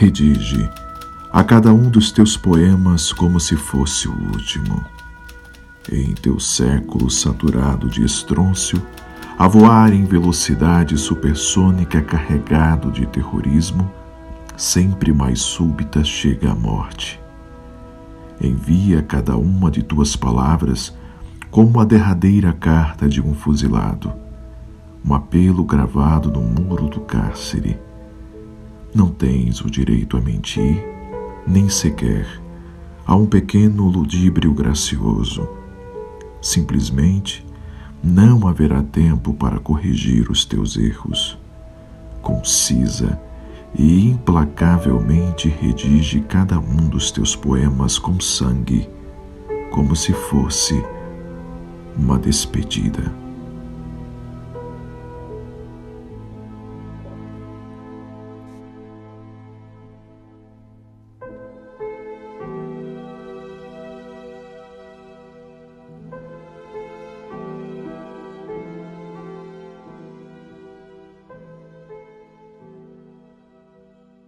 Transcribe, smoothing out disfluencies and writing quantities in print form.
Redige a cada um dos teus poemas como se fosse o último. Em teu século saturado de estrôncio, a voar em velocidade supersônica carregado de terrorismo, sempre mais súbita chega a morte. Envia cada uma de tuas palavras como a derradeira carta de um fuzilado, um apelo gravado no muro do cárcere. Não tens o direito a mentir, nem sequer a um pequeno ludíbrio gracioso. Simplesmente não haverá tempo para corrigir os teus erros. Concisa e implacavelmente redige cada um dos teus poemas com sangue, como se fosse uma despedida.